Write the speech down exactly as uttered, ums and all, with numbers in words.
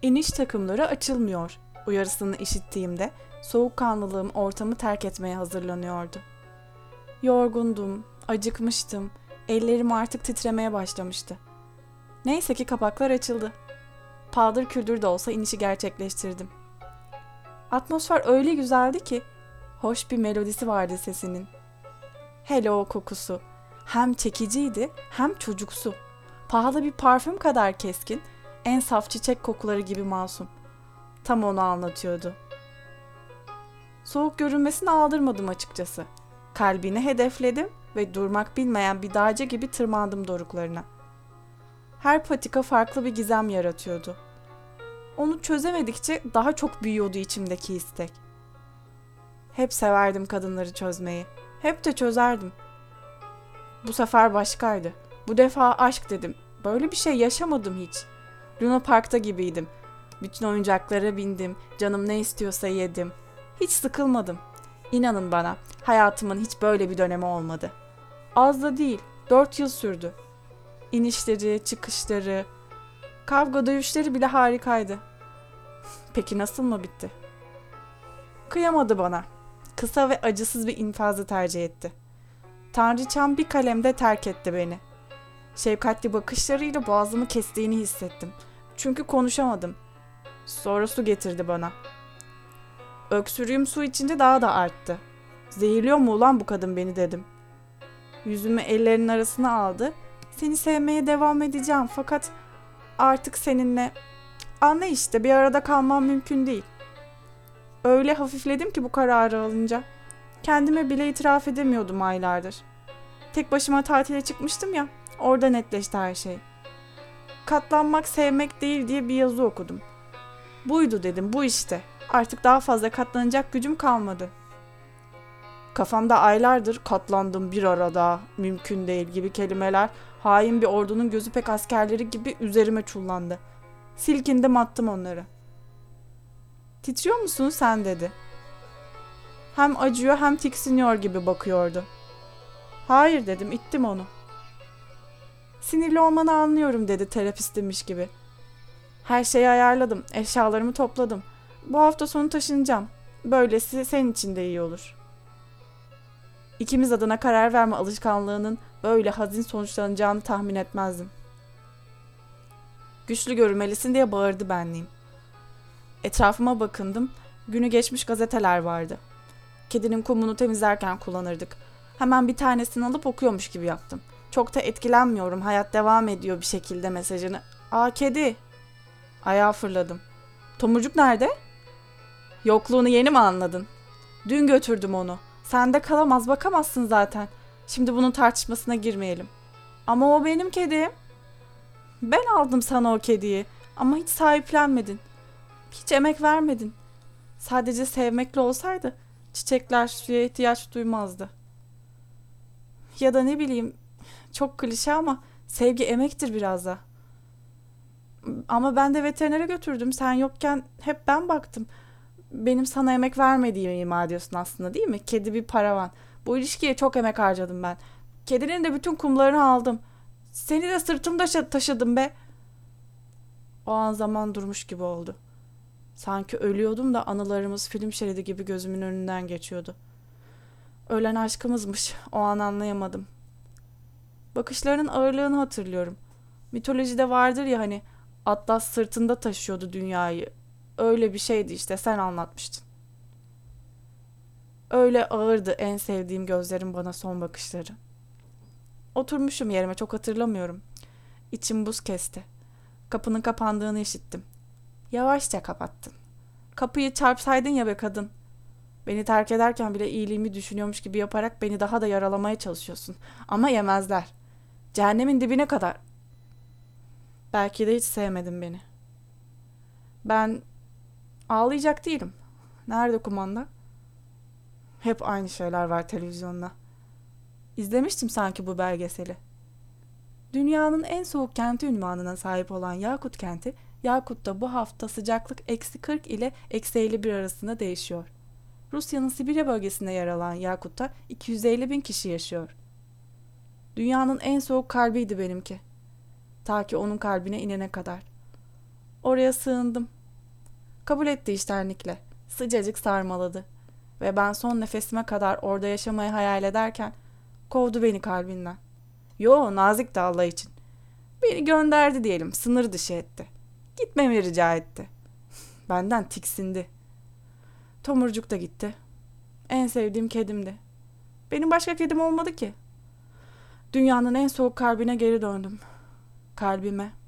İniş takımları açılmıyor uyarısını işittiğimde soğukkanlılığım ortamı terk etmeye hazırlanıyordu. Yorgundum, acıkmıştım, ellerim artık titremeye başlamıştı. Neyse ki kapaklar açıldı. Paldır küldür de olsa inişi gerçekleştirdim. Atmosfer öyle güzeldi ki, hoş bir melodisi vardı sesinin. Hele o kokusu, hem çekiciydi hem çocuksu. Pahalı bir parfüm kadar keskin, en saf çiçek kokuları gibi masum. Tam onu anlatıyordu. Soğuk görünmesini aldırmadım açıkçası. Kalbini hedefledim ve durmak bilmeyen bir dağcı gibi tırmandım doruklarına. Her patika farklı bir gizem yaratıyordu. Onu çözemedikçe daha çok büyüyordu içimdeki istek. Hep severdim kadınları çözmeyi. Hep de çözerdim. Bu sefer başkaydı. Bu defa aşk dedim. Böyle bir şey yaşamadım hiç. Luna Park'ta gibiydim. Bütün oyuncaklara bindim. Canım ne istiyorsa yedim. Hiç sıkılmadım. İnanın bana, hayatımın hiç böyle bir dönemi olmadı. Az da değil, dört yıl sürdü. İnişleri, çıkışları, kavga dövüşleri bile harikaydı. Peki nasıl mı bitti? Kıyamadı bana. Kısa ve acısız bir infazı tercih etti. Tanrıçam bir kalemde terk etti beni. Şefkatli bakışlarıyla boğazımı kestiğini hissettim. Çünkü konuşamadım. Sonra su getirdi bana. Öksürüğüm su içince daha da arttı. Zehirliyor mu ulan bu kadın beni dedim. Yüzümü ellerinin arasına aldı. Seni sevmeye devam edeceğim fakat artık seninle... Anla işte bir arada kalmam mümkün değil. Öyle hafifledim ki bu kararı alınca. Kendime bile itiraf edemiyordum aylardır. Tek başıma tatile çıkmıştım ya, orada netleşti her şey. Katlanmak sevmek değil diye bir yazı okudum. Buydu dedim, bu işte. Artık daha fazla katlanacak gücüm kalmadı. Kafamda aylardır katlandım bir arada, mümkün değil gibi kelimeler hain bir ordunun gözü pek askerleri gibi üzerime çullandı. Silkindim attım onları. Titriyor musun sen dedi. Hem acıyor hem tiksiniyor gibi bakıyordu. Hayır dedim, ittim onu. Sinirli olmanı anlıyorum dedi terapist demiş gibi. Her şeyi ayarladım, eşyalarımı topladım. Bu hafta sonu taşınacağım. Böylesi senin için de iyi olur. İkimiz adına karar verme alışkanlığının böyle hazin sonuçlanacağını tahmin etmezdim. Güçlü görünmelisin diye bağırdı benliğim. Etrafıma bakındım, günü geçmiş gazeteler vardı. Kedinin kumunu temizlerken kullanırdık. Hemen bir tanesini alıp okuyormuş gibi yaptım. Çok da etkilenmiyorum, hayat devam ediyor bir şekilde mesajını. Aa kedi. Ayağa fırladım. Tomurcuk nerede? Yokluğunu yeni mi anladın? Dün götürdüm onu. Sende kalamaz, bakamazsın zaten. Şimdi bunun tartışmasına girmeyelim. Ama o benim kedim. Ben aldım sana o kediyi. Ama hiç sahiplenmedin. Hiç emek vermedin. Sadece sevmekle olsaydı çiçekler suya ihtiyaç duymazdı. Ya da ne bileyim, çok klişe ama sevgi emektir biraz da. Ama ben de veterinere götürdüm. Sen yokken hep ben baktım. Benim sana emek vermediğimi ima ediyorsun aslında değil mi? Kedi bir paravan. Bu ilişkiye çok emek harcadım ben. Kedinin de bütün kumlarını aldım. Seni de sırtımda taşıdım be. O an zaman durmuş gibi oldu. Sanki ölüyordum da anılarımız film şeridi gibi gözümün önünden geçiyordu. Ölen aşkımızmış. O an anlayamadım. Bakışlarının ağırlığını hatırlıyorum. Mitolojide vardır ya hani Atlas sırtında taşıyordu dünyayı. Öyle bir şeydi işte, sen anlatmıştın. Öyle ağırdı en sevdiğim gözlerin bana son bakışları. Oturmuşum yerime, çok hatırlamıyorum. İçim buz kesti. Kapının kapandığını işittim. Yavaşça kapattın. Kapıyı çarpsaydın ya be kadın. Beni terk ederken bile iyiliğimi düşünüyormuş gibi yaparak beni daha da yaralamaya çalışıyorsun. Ama yemezler. Cehennemin dibine kadar. Belki de hiç sevmedin beni. Ben ağlayacak değilim. Nerede kumanda? Hep aynı şeyler var televizyonda. İzlemiştim sanki bu belgeseli. Dünyanın en soğuk kenti unvanına sahip olan Yakut kenti, Yakut'ta bu hafta sıcaklık eksi kırk ile eksi elli bir arasında değişiyor. Rusya'nın Sibirya bölgesinde yer alan Yakut'ta iki yüz elli bin kişi yaşıyor. Dünyanın en soğuk kalbiydi benimki. Ta ki onun kalbine inene kadar. Oraya sığındım. Kabul etti içtenlikle. Sıcacık sarmaladı. Ve ben son nefesime kadar orada yaşamayı hayal ederken kovdu beni kalbinden. Yo, nazikti Allah için. Beni gönderdi diyelim, sınır dışı etti. Gitmemi rica etti. Benden tiksindi. Tomurcuk da gitti. En sevdiğim kedimdi. Benim başka kedim olmadı ki. Dünyanın en soğuk kalbine geri döndüm. Kalbime.